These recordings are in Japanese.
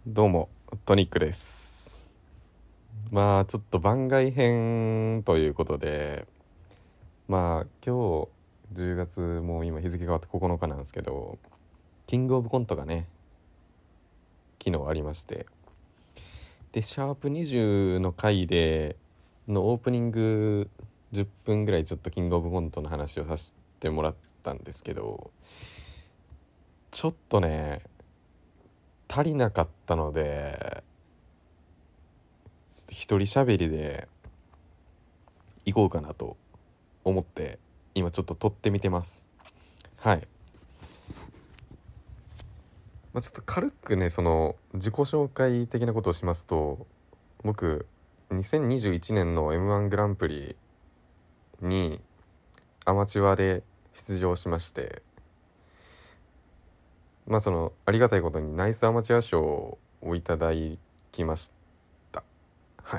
どうもトニックです。ちょっと番外編ということで、今日10月、もう今日付変わって9日なんですけど、キングオブコントがね昨日ありまして、でシャープ20の回でのオープニング10分ぐらいちょっとキングオブコントの話をさせてもらったんですけど、ちょっとね足りなかったので、ちょっと一人喋りで行こうかなと思って今ちょっと撮ってみてます。はい。ちょっと軽くね、その自己紹介的なことをしますと、僕2021年の M1 グランプリにアマチュアで出場しまして、そのありがたいことにナイスアマチュア賞をいただきました。はい。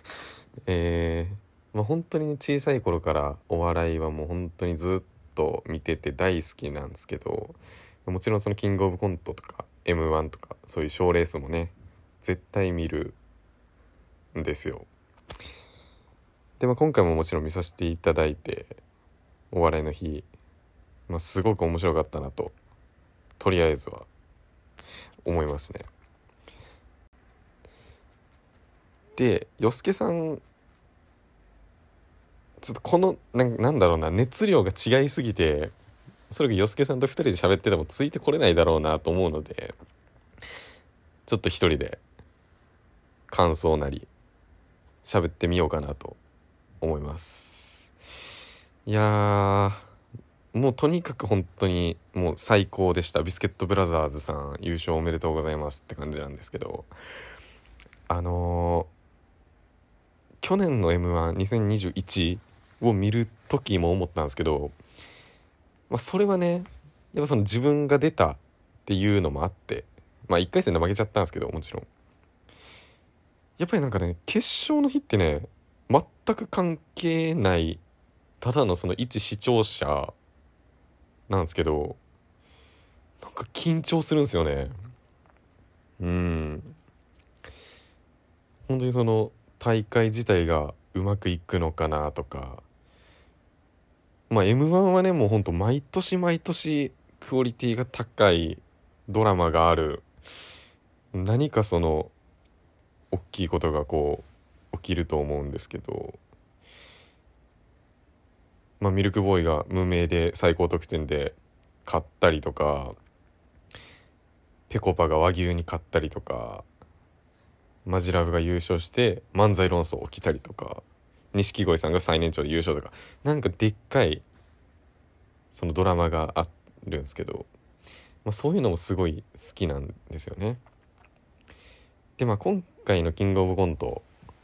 本当に小さい頃からお笑いはもう本当にずっと見てて大好きなんですけど、もちろんそのキングオブコントとか M1 とかそういう賞レースもね絶対見るんですよ。で、今回ももちろん見させていただいて、お笑いの日、すごく面白かったなととりあえずは思いますね。で、よすけさん、ちょっとこのなんだろうな、熱量が違いすぎて、それがよすけさんと2人で喋っててもついてこれないだろうなと思うので、ちょっと一人で感想なり喋ってみようかなと思います。いやー、もうとにかく本当にもう最高でした。ビスケットブラザーズさん優勝おめでとうございますって感じなんですけど、あの去年の M12021 を見る時も思ったんですけど、それはね、やっぱその自分が出たっていうのもあって、1回戦で負けちゃったんですけど、もちろんやっぱり決勝の日ってね、全く関係ないただのその一視聴者なんですけど、緊張するんですよね。本当にその大会自体がうまくいくのかなとか、M1 はね、もうほんと毎年毎年クオリティが高いドラマがある、何かその大きいことが起きると思うんですけど、ミルクボーイが無名で最高得点で勝ったりとか、ぺこぱが和牛に勝ったりとか、マジラブが優勝して漫才論争起きたりとか、錦鯉さんが最年長で優勝とか、でっかいそのドラマがあるんですけど、そういうのもすごい好きなんですよね。で、今回のキングオブコント、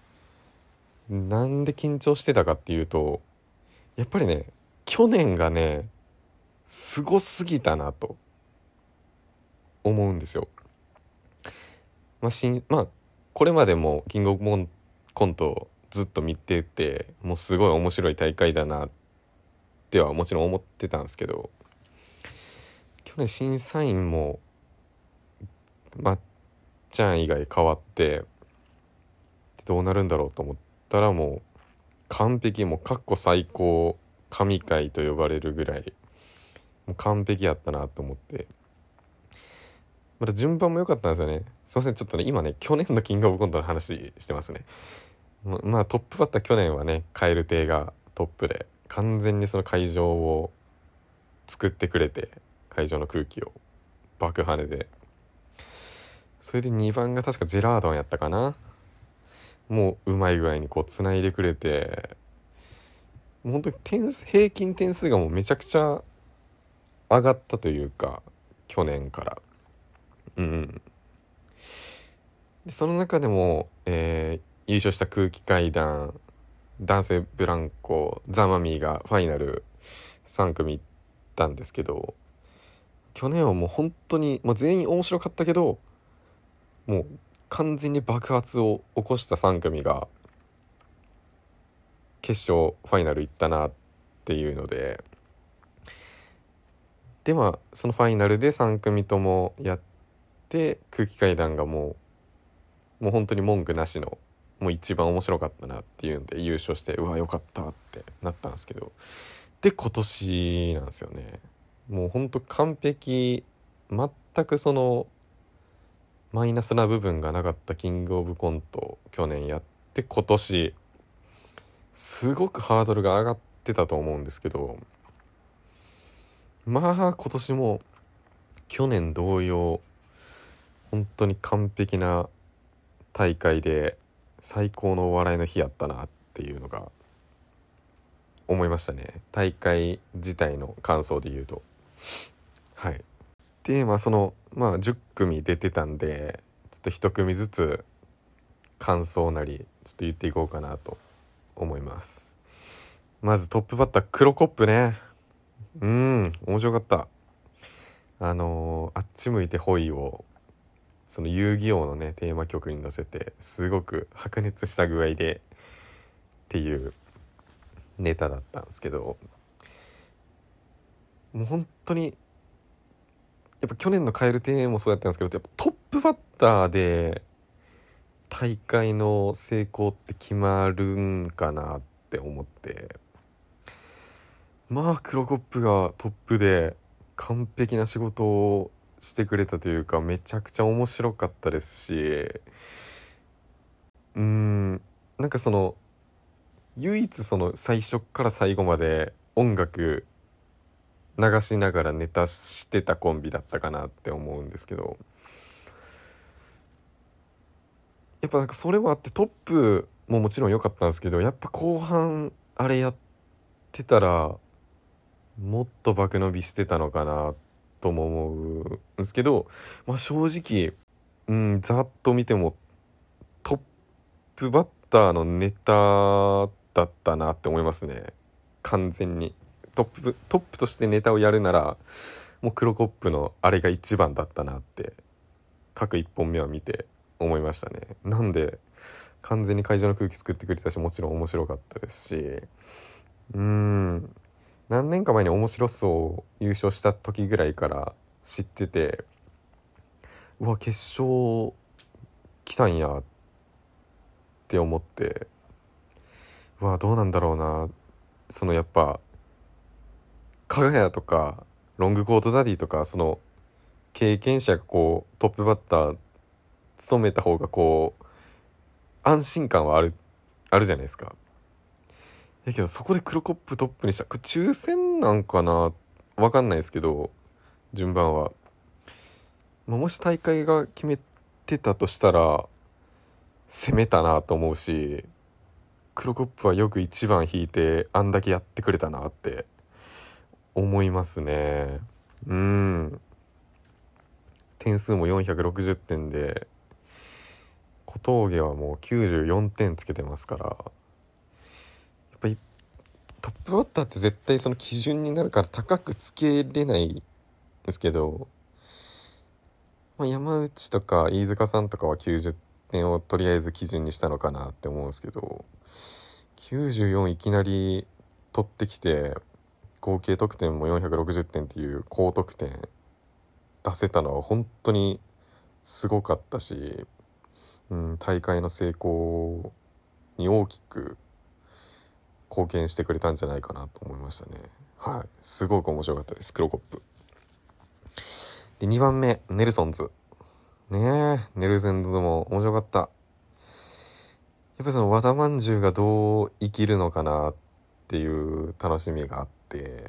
なんで緊張してたかっていうと、やっぱりね、去年がねすごすぎたなと思うんですよ。これまでもキングオブコントをずっと見てて、もうすごい面白い大会だなってはもちろん思ってたんですけど、去年審査員もまっちゃん以外変わってどうなるんだろうと思ったら、もう完璧、もうかっこ最高神回と呼ばれるぐらいもう完璧やったなと思って、また順番も良かったんですよね。すいません、ちょっとね今ね去年のキングオブコントの話してますね。トップバッター去年はね蛙亭がトップで完全にその会場を作ってくれて、会場の空気を爆跳ねで、それで2番が確かジェラードンやったかな。もううまい具合につないでくれて、もう本当に平均点数がもうめちゃくちゃ上がったというか、去年から。でその中でも、優勝した空気階段、男性ブランコ、ザ・マミィがファイナル3組行ったんですけど、去年はもう本当に、全員面白かったけど、もう完全に爆発を起こした3組が決勝ファイナル行ったなっていうので、そのファイナルで3組ともやっで空気階段がもう本当に文句なしのもう一番面白かったなっていうんで優勝して、うわよかったってなったんですけど、で今年なんですよね。もう本当完璧、全くそのマイナスな部分がなかったキングオブコント去年やって、今年すごくハードルが上がってたと思うんですけど、まあ今年も去年同様本当に完璧な大会で最高のお笑いの日やったなっていうのが思いましたね。大会自体の感想で言うと。はい。で10組出てたんで、ちょっと一組ずつ感想なりちょっと言っていこうかなと思います。まずトップバッタークロコップね。面白かった。あっち向いてホイをその遊戯王のねテーマ曲に乗せてすごく白熱した具合でっていうネタだったんですけど、もう本当にやっぱ去年の蛙亭もそうやったんですけど、やっぱトップバッターで大会の成功って決まるんかなって思って、まあクロコップがトップで完璧な仕事をしてくれたというか、めちゃくちゃ面白かったですし、なんか唯一最初から最後まで音楽流しながらネタしてたコンビだったかなって思うんですけど、やっぱなんかそれもあってトップももちろん良かったんですけど、やっぱ後半あれやってたらもっと爆伸びしてたのかなとも思うんですけど、まあ正直ざっと見てもトップバッターのネタだったなって思いますね。完全にトップとしてネタをやるならもう黒コップのあれが一番だったなって各一本目は見て思いましたね。なんで完全に会場の空気作ってくれたし、もちろん面白かったですし、何年か前に面白そう優勝した時ぐらいから知ってて、うわ決勝来たんやって思って、うわどうなんだろうな、やっぱかがやとかロングコートダディとか経験者がトップバッター務めた方が安心感はあるじゃないですか。やけどそこで黒コップトップにしたこれ抽選なんかな、わかんないですけど順番は、もし大会が決めてたとしたら攻めたなと思うし、黒コップはよく一番引いてあんだけやってくれたなって思いますね。点数も460点で小峠はもう94点つけてますから、やっぱりトップバッターって絶対その基準になるから高くつけれないんですけど、山内とか飯塚さんとかは90点をとりあえず基準にしたのかなって思うんですけど、94いきなり取ってきて合計得点も460点っていう高得点出せたのは本当にすごかったし、大会の成功に大きく貢献してくれたんじゃないかなと思いましたね。はい、すごく面白かったですクロコップで。2番目ネルソンズね。ネルソンズも面白かった。やっぱり和田まんじゅうがどう生きるのかなっていう楽しみがあって、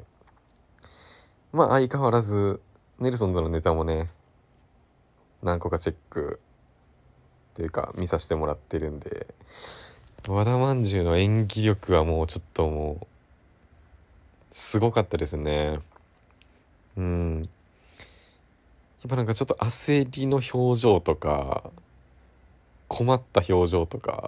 相変わらずネルソンズのネタもね何個かチェックっていうか見させてもらってるんで、和田まんじゅうの演技力はもうちょっともうすごかったですね。やっぱなんかちょっと焦りの表情とか困った表情とか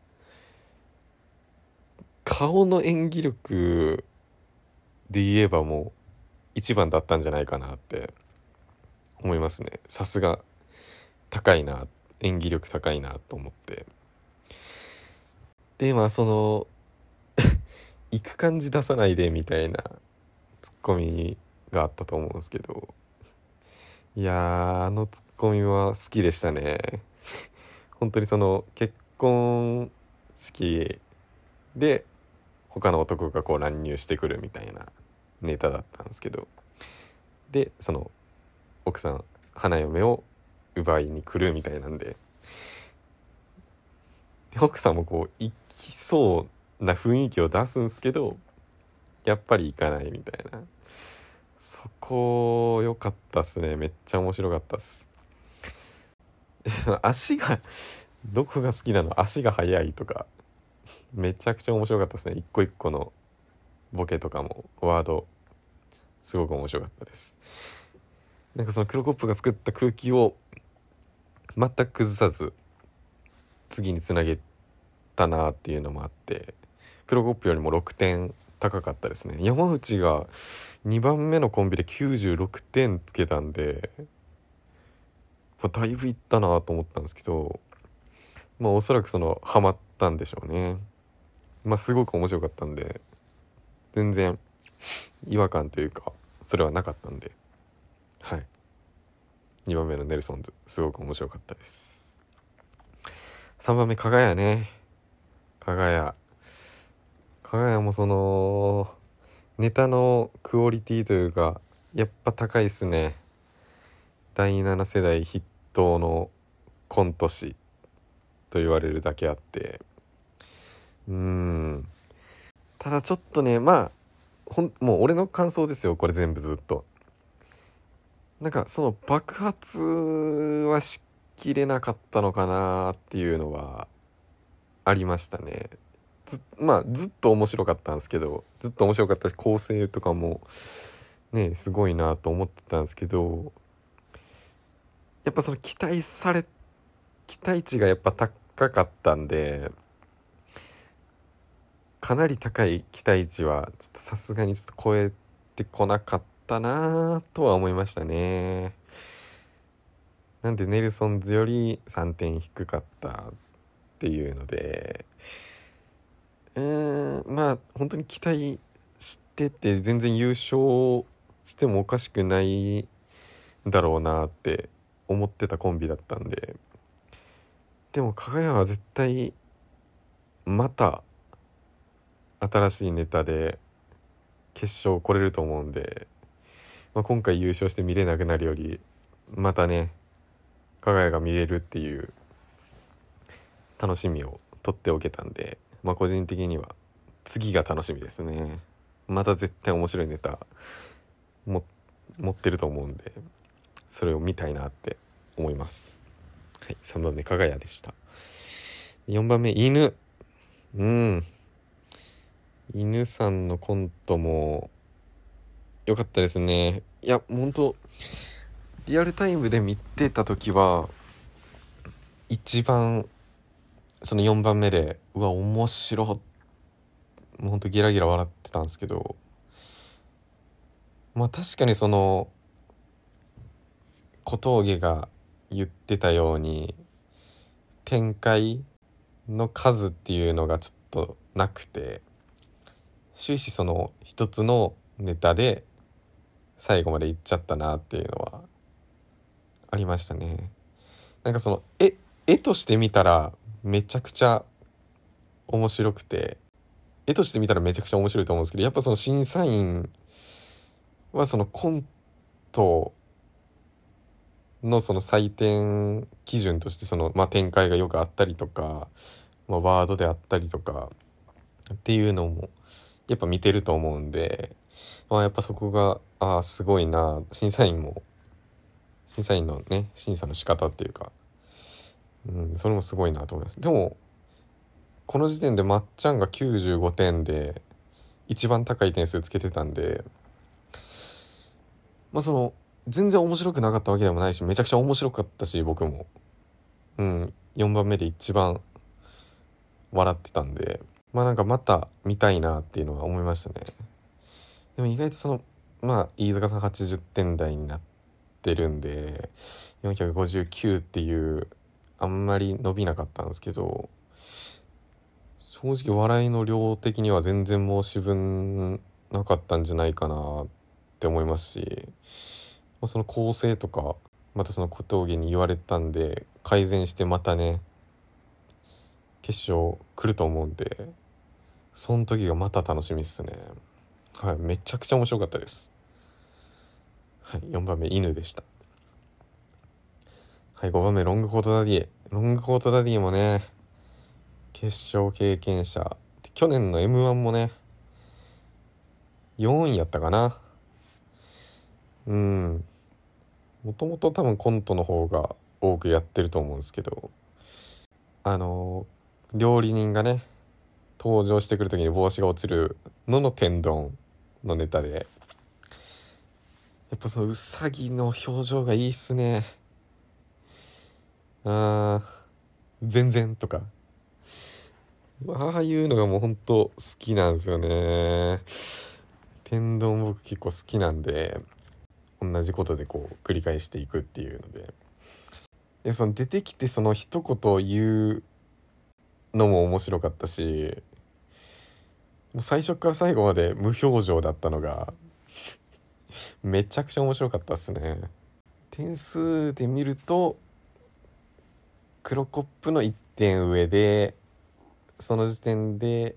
顔の演技力で言えばもう一番だったんじゃないかなって思いますね。さすが高いな、演技力高いなと思って。で行く感じ出さないでみたいなツッコミがあったと思うんですけど、 いやー、あのツッコミは好きでしたね。本当にその結婚式で他の男がこう乱入してくるみたいなネタだったんですけど、でその奥さん花嫁を奪いに来るみたいなんで、奥さんもこう行きそうな雰囲気を出すんですけど、やっぱり行かないみたいな、そこ良かったっすね。めっちゃ面白かったっす。その足がどこが好きなの、足が速いとかめちゃくちゃ面白かったですね。一個一個のボケとかもワードすごく面白かったです。なんかそのクロコップが作った空気を全く崩さず次につなげたなっていうのもあって、クロコップよりも6点高かったですね。山内が2番目のコンビで96点つけたんで、だいぶいったなと思ったんですけど、おそらくそのハマったんでしょうね。すごく面白かったんで、全然違和感というかそれはなかったんで、はい、2番目のネルソンズすごく面白かったです。3番目加賀屋ね。加賀屋もそのネタのクオリティというかやっぱ高いっすね。第7世代筆頭のコント師と言われるだけあって、ただちょっとね、もう俺の感想ですよ、これ全部ずっと。なんかその爆発はしきれなかったのかなっていうのはありましたね。ずっと面白かったんですけど、ずっと面白かったし構成とかもねすごいなと思ってたんですけど、やっぱその期待値がやっぱ高かったんで、かなり高い期待値はちょっとさすがにちょっと超えてこなかったなとは思いましたね。なんでネルソンズより3点低かったっていうので、本当に期待してて全然優勝してもおかしくないんだろうなって思ってたコンビだったんで、でもかが屋は絶対また新しいネタで決勝来れると思うんで、今回優勝して見れなくなるよりまたねかが屋が見れるっていう楽しみを取っておけたんで、個人的には次が楽しみですね。また絶対面白いネタも持ってると思うんで、それを見たいなって思います。はい、3番目かが屋でした。4番目犬。犬さんのコントも良かったですね。いや本当リアルタイムで見てた時は一番その4番目で面白もうほんとゲラゲラ笑ってたんですけど、確かにその小峠が言ってたように展開の数っていうのがちょっとなくて、終始その一つのネタで最後までいっちゃったなっていうのはありましたね。なんかその絵として見たらめちゃくちゃ面白くて、絵として見たらめちゃくちゃ面白いと思うんですけど、やっぱその審査員はそのコントのその採点基準としてその、展開がよくあったりとか、ワードであったりとかっていうのもやっぱ見てると思うんで、やっぱそこがすごいな、審査員のね審査の仕方っていうか、それもすごいなと思います。でもこの時点でまっちゃんが95点で一番高い点数つけてたんで、その全然面白くなかったわけでもないし、めちゃくちゃ面白かったし、僕も4番目で一番笑ってたんで、なんかまた見たいなっていうのは思いましたね。でも意外とその飯塚さん80点台になってるんで459っていうあんまり伸びなかったんですけど、正直笑いの量的には全然申し分なかったんじゃないかなって思いますし、 その構成とかまたその小峠に言われたんで改善してまたね決勝来ると思うんで、その時がまた楽しみっすね。はい、めちゃくちゃ面白かったです。はい、4番目犬でした。はい、5番目ロングコートダディ。ロングコートダディもね決勝経験者、去年の M1 もね4位やったかな。もともと多分コントの方が多くやってると思うんですけど、料理人がね登場してくる時に帽子が落ちるのの天丼のネタで、やっぱそのうさぎの表情がいいっすね。全然とかああいうのがもうほんと好きなんですよね。天丼僕結構好きなんで、同じことでこう繰り返していくっていうので、その出てきてその一言を言うのも面白かったし、もう最初から最後まで無表情だったのがめちゃくちゃ面白かったっすね。点数で見ると黒コップの1点上で、その時点で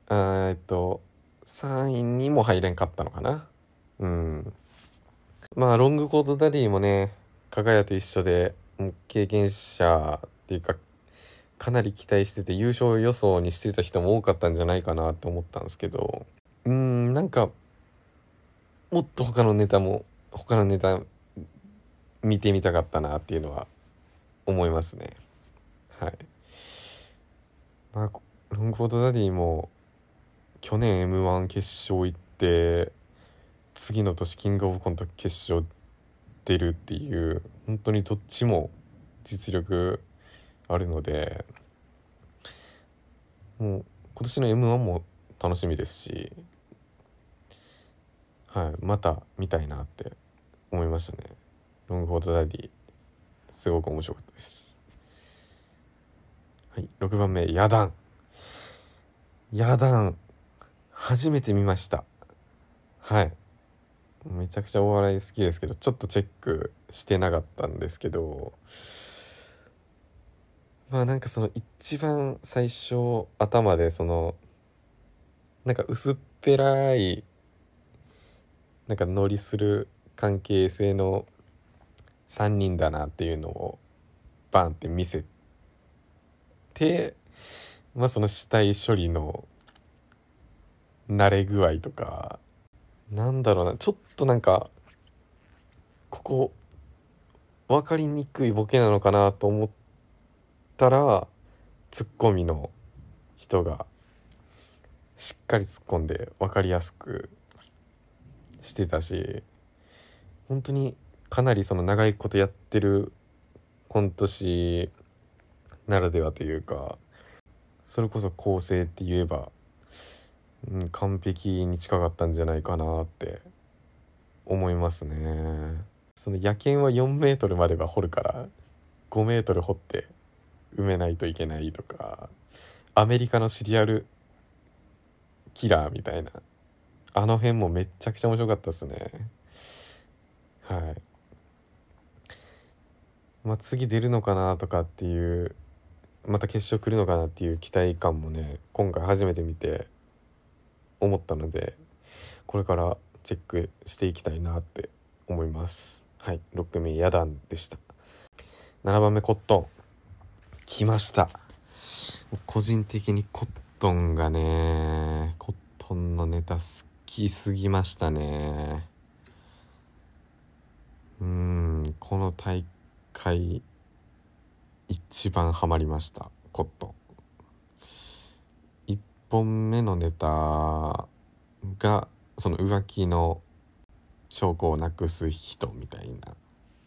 3位にも入れんかったのかな。まあロングコートダディもね加賀谷と一緒で経験者っていうかかなり期待してて優勝予想にしてた人も多かったんじゃないかなと思ったんですけど、なんかもっと他のネタ見てみたかったなっていうのは思いますね。はい。まあロングコートダディも去年 M1 決勝行って次の年キングオブコント決勝出るっていう、本当にどっちも実力あるので、もう今年の M1 も楽しみですし、はい、また見たいなって思いましたね。ロングコートダディすごく面白かったです。はい、6番目ヤダン。ヤダン初めて見ました。はい、めちゃくちゃお笑い好きですけどちょっとチェックしてなかったんですけど、まあなんかその一番最初頭でそのなんか薄っぺらいなんかノリする関係性の3人だなっていうのをバンって見せて、まあその死体処理の慣れ具合とか、なんだろうな、ちょっとなんかここ分かりにくいボケなのかなと思ったらツッコミの人がしっかり突っ込んで分かりやすくしてたし、本当にかなりその長いことやってるコント師ならではというか、それこそ構成って言えば、完璧に近かったんじゃないかなって思いますね。その野犬は4メートルまでは掘るから5メートル掘って埋めないといけないとか、アメリカのシリアルキラーみたいなあの辺もめっちゃくちゃ面白かったですね。はい。まあ次出るのかなとかっていう、また決勝来るのかなっていう期待感もね今回初めて見て思ったので、これからチェックしていきたいなって思います。はい、6組ヤダンでした。7番目コットン来ました。個人的にコットンのネタ好きすぎましたね。この大会一番ハマりましたコットン。1本目のネタがその浮気の証拠をなくす人みたいな、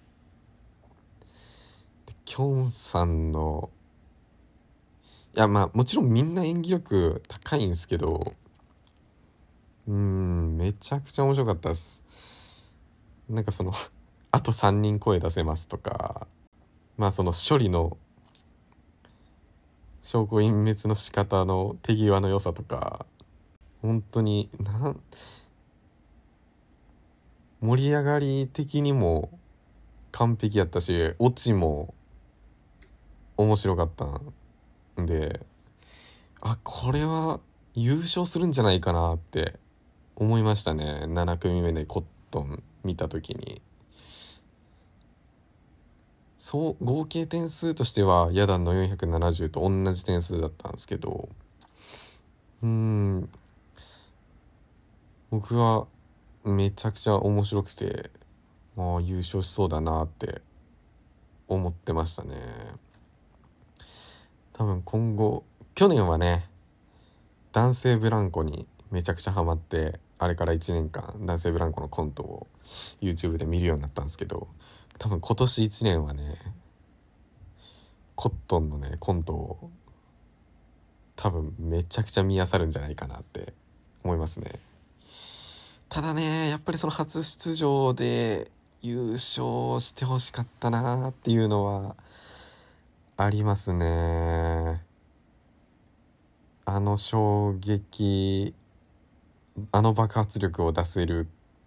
きょんさんのまあもちろんみんな演技力高いんですけど、めちゃくちゃ面白かったです。なんかそのあと3人声出せますとか、まあその処理の証拠隠滅の仕方の手際の良さとか、本当に盛り上がり的にも完璧やったし、オチも面白かったんで、これは優勝するんじゃないかなって思いましたね。7組目でコットン見た時に。そう合計点数としてはヤダンの470と同じ点数だったんですけど、僕はめちゃくちゃ面白くて、優勝しそうだなって思ってましたね。多分今後、去年はね、男性ブランコにめちゃくちゃハマって、あれから1年間男性ブランコのコントを YouTube で見るようになったんですけど、多分今年1年はね、コットンのねコントを多分めちゃくちゃ見漁るんじゃないかなって思いますね。ただね、やっぱりその初出場で優勝してほしかったなっていうのはありますね。あの衝撃、あの爆発力を出せる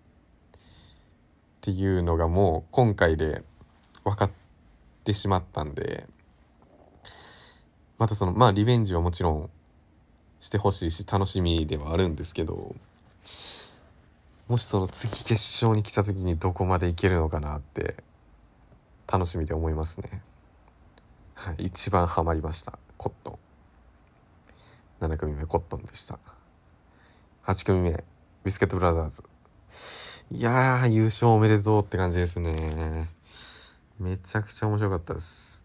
っていうのがもう今回で分かってしまったんで、またそのリベンジはもちろんしてほしいし楽しみではあるんですけど、もしその次決勝に来た時にどこまでいけるのかなって楽しみで思いますね。はい、一番ハマりましたコットン。7組目コットンでした。8組目ビスケットブラザーズ。いやー、優勝おめでとうって感じですね。めちゃくちゃ面白かったです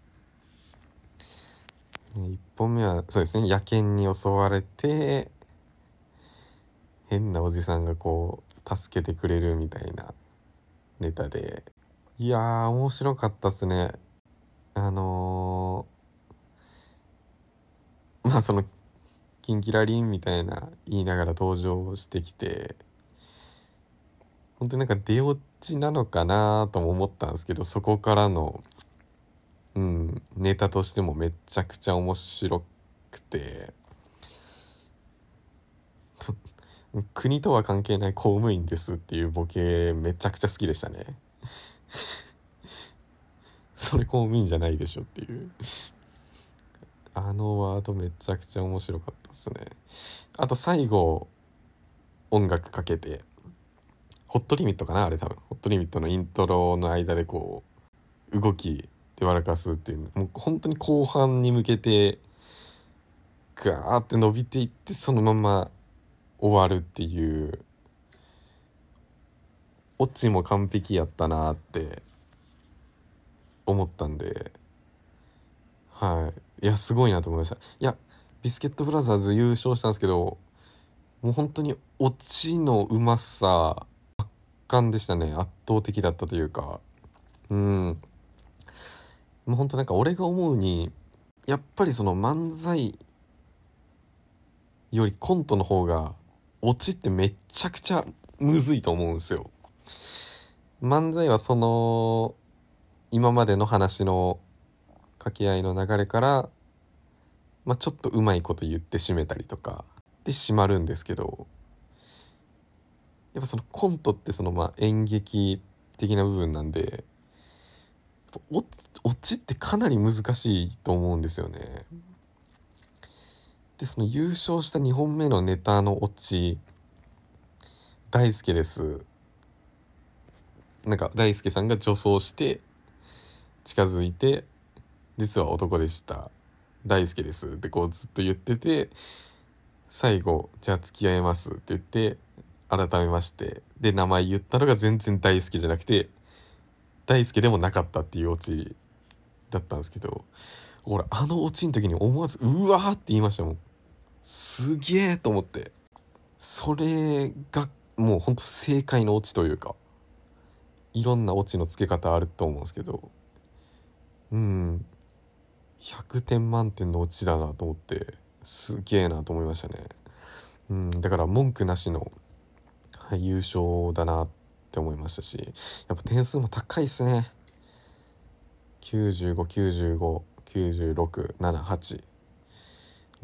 。1本目はそうですね、野犬に襲われて変なおじさんがこう助けてくれるみたいなネタで、いやー面白かったっすね。そのキンキラリンみたいな言いながら登場してきて、本当になんか出落ちなのかなとも思ったんですけど、そこからのネタとしてもめちゃくちゃ面白くて、国とは関係ない公務員ですっていうボケめちゃくちゃ好きでしたね。それ公務員じゃないでしょっていうあのワードめちゃくちゃ面白かったですね。あと最後音楽かけて、ホットリミットかな、あれ多分ホットリミットのイントロの間でこう動きで笑かすっていう、もう本当に後半に向けてガーって伸びていってそのまま終わるっていう、オチも完璧やったなって思ったんで、いやすごいなと思いました。いやビスケットブラザーズ優勝したんですけど、もう本当にオチのうまさ圧巻でしたね。圧倒的だったというか、もう本当なんか俺が思うに、やっぱりその漫才よりコントの方がオチってめっちゃくちゃむずいと思うんですよ。漫才はその今までの話の掛け合いの流れから、ちょっとうまいこと言って締めたりとかで締まるんですけど、やっぱそのコントってその演劇的な部分なんで、オチってかなり難しいと思うんですよね。でその優勝した2本目のネタのオチ、大輔です、なんか大輔さんが女装して近づいて、実は男でした、大輔ですってこうずっと言ってて、最後じゃあ付き合いますって言って改めましてで名前言ったのが全然大輔じゃなくて大輔でもなかったっていうオチだったんですけど、俺あのオチの時に思わずうわーって言いましたもん。すげえと思って、それがもうほんと正解のオチというか、いろんなオチの付け方あると思うんですけど、100点満点のオチだなと思って、すげえなと思いましたね。だから文句なしの、優勝だなって思いましたし、やっぱ点数も高いっすね。95、95、96、7、8。ちょ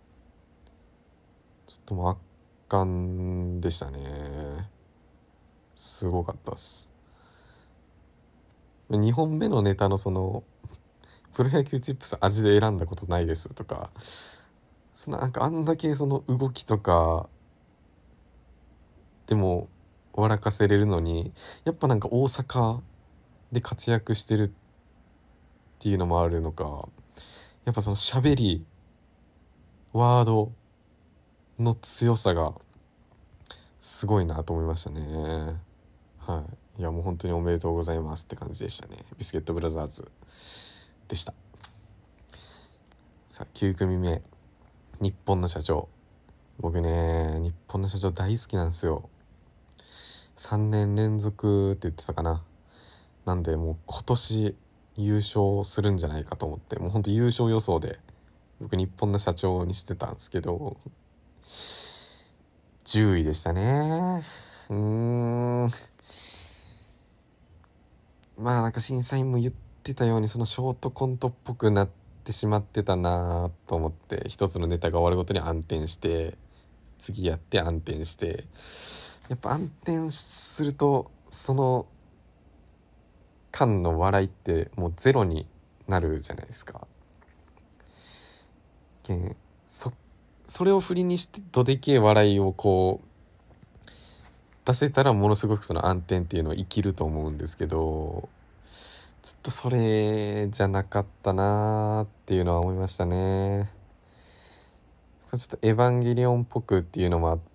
っともう圧巻でしたね。 すごかったっす。2本目のネタのそのプロ野球チップス味で選んだことないですとか、そのなんかあんだけその動きとかでも笑かせれるのに、やっぱなんか大阪で活躍してるっていうのもあるのか、やっぱその喋りワードの強さがすごいなと思いましたね。はい、いやもう本当におめでとうございますって感じでしたね。ビスケットブラザーズでした。さあ9組目、日本の社長。僕ね、日本の社長大好きなんですよ。3年連続って言ってたかな。なんでもう今年優勝するんじゃないかと思って、もうほんと優勝予想で僕日本の社長にしてたんですけど、10位でしたね。まあなんか審査員も言ってたように、そのショートコントっぽくなってしまってたなと思って、一つのネタが終わるごとに暗転して次やって暗転して、やっぱ暗転するとその間の笑いってもうゼロになるじゃないですか。それを振りにしてどでけえ笑いをこう出せたら、ものすごくその暗転っていうのは生きると思うんですけど、ちょっとそれじゃなかったなーっていうのは思いましたね。ちょっとエヴァンゲリオンっぽくっていうのもあって、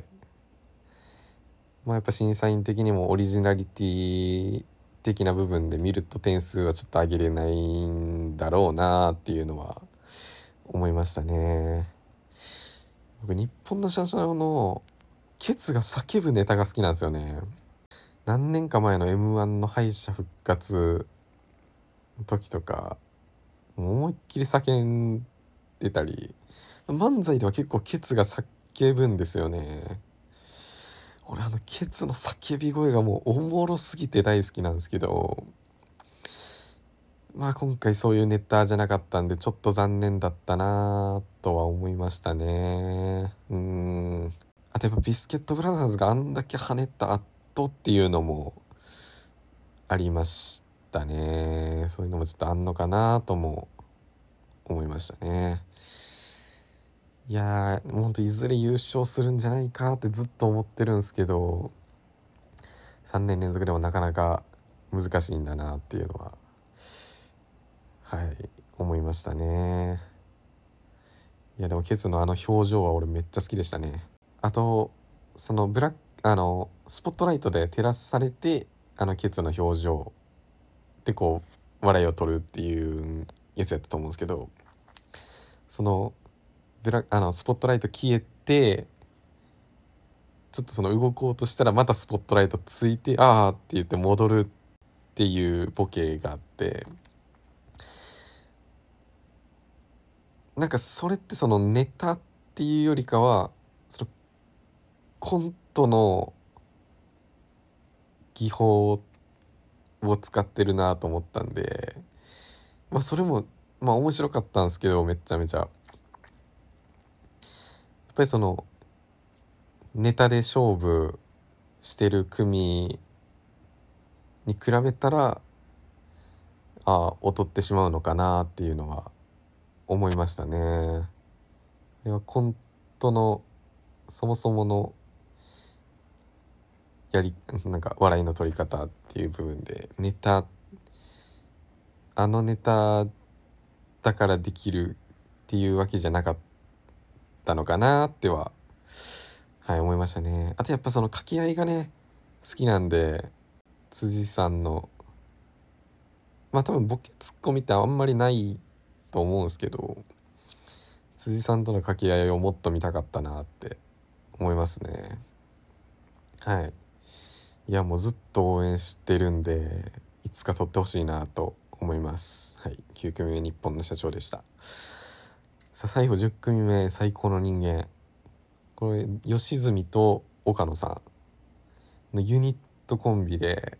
やっぱ審査員的にもオリジナリティ的な部分で見ると点数はちょっと上げれないんだろうなっていうのは思いましたね。僕日本の社長のケツが叫ぶネタが好きなんですよね。何年か前の M1 の敗者復活の時とか、もう思いっきり叫んでたり、漫才では結構ケツが叫ぶんですよね。俺ケツの叫び声がもうおもろすぎて大好きなんですけど、今回そういうネタじゃなかったんでちょっと残念だったなとは思いましたね。あとやっぱビスケットブラザーズがあんだけ跳ねた後っていうのもありましたね。そういうのもちょっとあんのかなとも思いましたね。いやー、もうほんといずれ優勝するんじゃないかってずっと思ってるんですけど、3年連続でもなかなか難しいんだなっていうのは思いましたね。いやでもケツの表情は俺めっちゃ好きでしたね。あとそのスポットライトで照らされてケツの表情でこう笑いを取るっていうやつやったと思うんですけど、そのスポットライト消えてちょっとその動こうとしたらまたスポットライトついてあーって言って戻るっていうボケがあって、なんかそれってそのネタっていうよりかはそのコントの技法を使ってるなと思ったんで、それも面白かったんですけど、めっちゃめちゃやっぱりそのネタで勝負してる組に比べたら劣ってしまうのかなっていうのは思いましたね。これはコントのそもそものなんか笑いの取り方っていう部分でネタだからできるっていうわけじゃなかったのかなっては思いましたね。あとやっぱその掛け合いがね好きなんで、辻さんの多分ボケツッコミってあんまりないと思うんですけど、辻さんとの掛け合いをもっと見たかったなって思いますね。いやもうずっと応援してるんで、いつか取ってほしいなと思います。9組目日本の社長でした。さあ最後10組目最高の人間。これ吉住と岡野さんのユニットコンビで、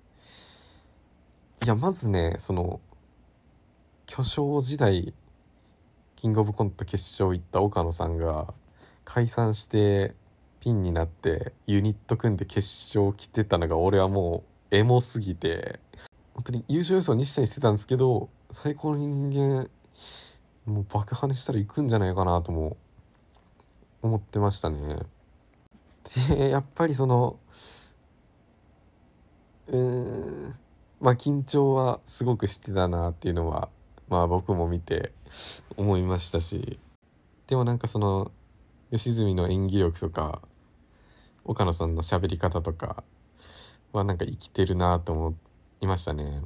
いやまずね、その巨匠時代キングオブコント決勝行った岡野さんが解散してピンになってユニット組んで決勝来てたのが俺はもうエモすぎて、本当に優勝予想西田にしてたんですけど、最高の人間もう爆破にしたら行くんじゃないかなとも思ってましたね。でやっぱりそのまあ緊張はすごくしてたなっていうのはまあ僕も見て思いましたし、でもなんかその吉住の演技力とか岡野さんの喋り方とかはなんか生きてるなと思いましたね。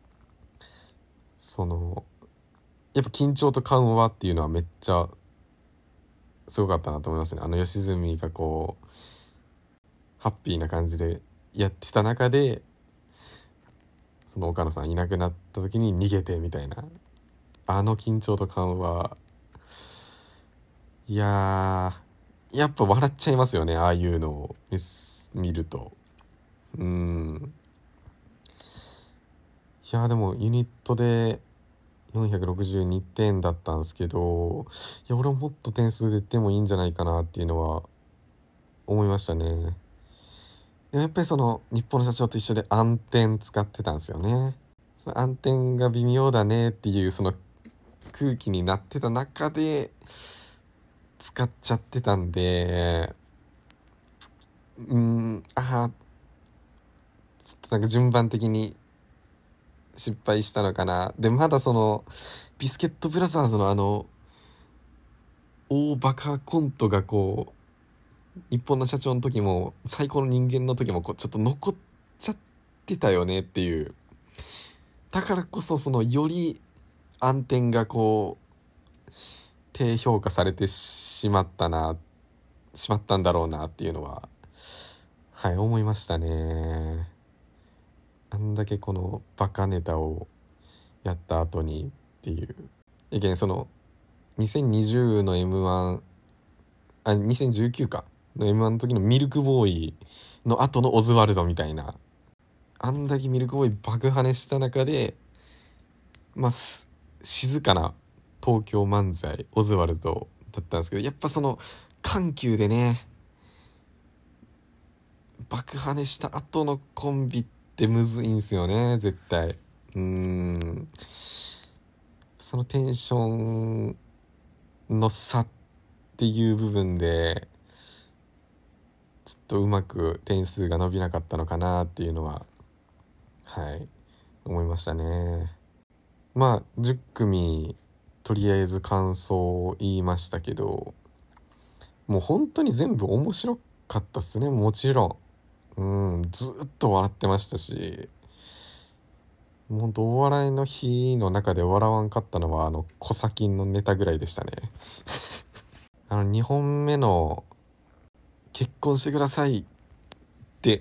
そのやっぱ緊張と緩和っていうのはめっちゃすごかったなと思いますね。吉住がこうハッピーな感じでやってた中で、その岡野さんいなくなった時に逃げてみたいな、緊張と緩和、いやーやっぱ笑っちゃいますよね、ああいうのを見ると。いやでもユニットで462点だったんですけど、いや俺はもっと点数出てもいいんじゃないかなっていうのは思いましたね。でもやっぱりその日本の社長と一緒で暗転使ってたんですよね。その暗転が微妙だねっていうその空気になってた中で使っちゃってたんで、ちょっとなんか順番的に失敗したのかな。でまだそのビスケットブラザーズの大バカコントがこう日本の社長の時も最高の人間の時もこうちょっと残っちゃってたよねっていう、だからこそそのより暗転がこう低評価されてしまったんだろうなっていうのは思いましたね。あんだけこのバカネタをやった後にっていう、その2020の M1 2019かの M1 の時のミルクボーイの後のオズワルドみたいな、あんだけミルクボーイ爆跳ねした中で静かな東京漫才オズワルドだったんですけど、やっぱその緩急でね爆跳ねした後のコンビってむずいんすよね絶対。そのテンションの差っていう部分でちょっとうまく点数が伸びなかったのかなっていうのは思いましたね。10組とりあえず感想を言いましたけど、もう本当に全部面白かったっすね。もちろんずっと笑ってましたし、もうほんとお笑いの日の中で笑わんかったのはコサキンのネタぐらいでしたね。2本目の結婚してくださいって、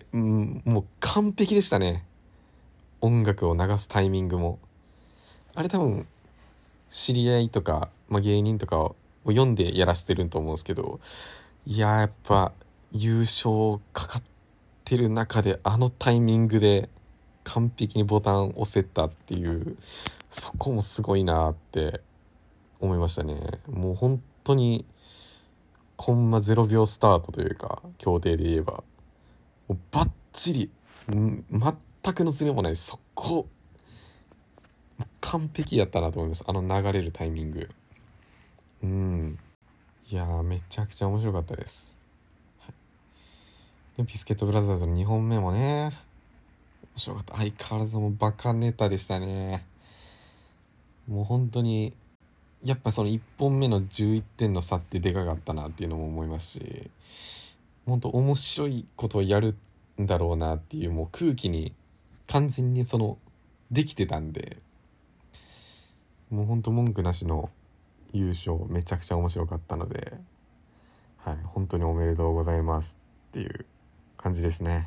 もう完璧でしたね。音楽を流すタイミングもあれ多分知り合いとか、芸人とかを読んでやらせてると思うんですけど、いややっぱ優勝かかってる中でタイミングで完璧にボタン押せたっていう、そこもすごいなって思いましたね。もう本当にコンマ0秒スタートというか、協定で言えばもうバッチリ全くのズレもない、そこ完璧やったなと思います。流れるタイミング。いやめちゃくちゃ面白かったです。でビスケットブラザーズの2本目もね面白かった。相変わらずもうバカネタでしたね。もう本当にやっぱその1本目の11点の差ってでかかったなっていうのも思いますし、本当面白いことをやるんだろうなっていう、もう空気に完全にできてたんで、もう本当文句なしの優勝めちゃくちゃ面白かったので、本当におめでとうございますっていう感じですね。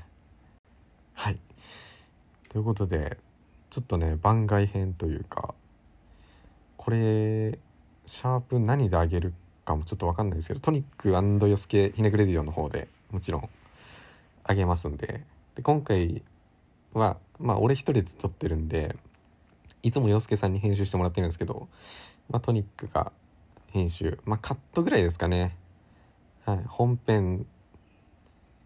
ということでちょっとね番外編というか、これシャープ何であげるかもちょっと分かんないですけど、トニック&ヨスケひねくレディオの方でもちろんあげますんで、今回は俺一人で撮ってるんで、いつもヨスケさんに編集してもらってるんですけど、トニックが編集カットぐらいですかね。本編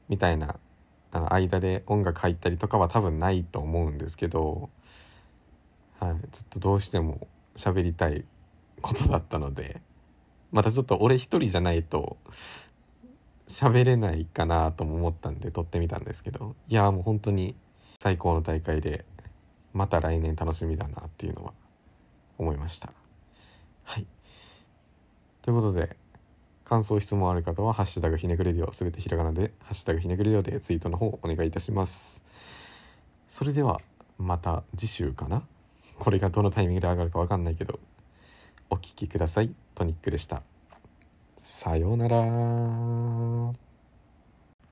みたいな間で音楽入ったりとかは多分ないと思うんですけど、はい、ちょっとどうしても喋りたいことだったので、またちょっと俺一人じゃないと喋れないかなとも思ったんで撮ってみたんですけど、いやもう本当に最高の大会で、また来年楽しみだなっていうのは思いました。はい、ということで、感想質問ある方はハッシュタグひねくれディオ、すべてひらがなでハッシュタグひねくれディオでツイートの方お願いいたします。それではまた次週かな、これがどのタイミングで上がるか分かんないけどお聞きください。トニックでした。さようなら。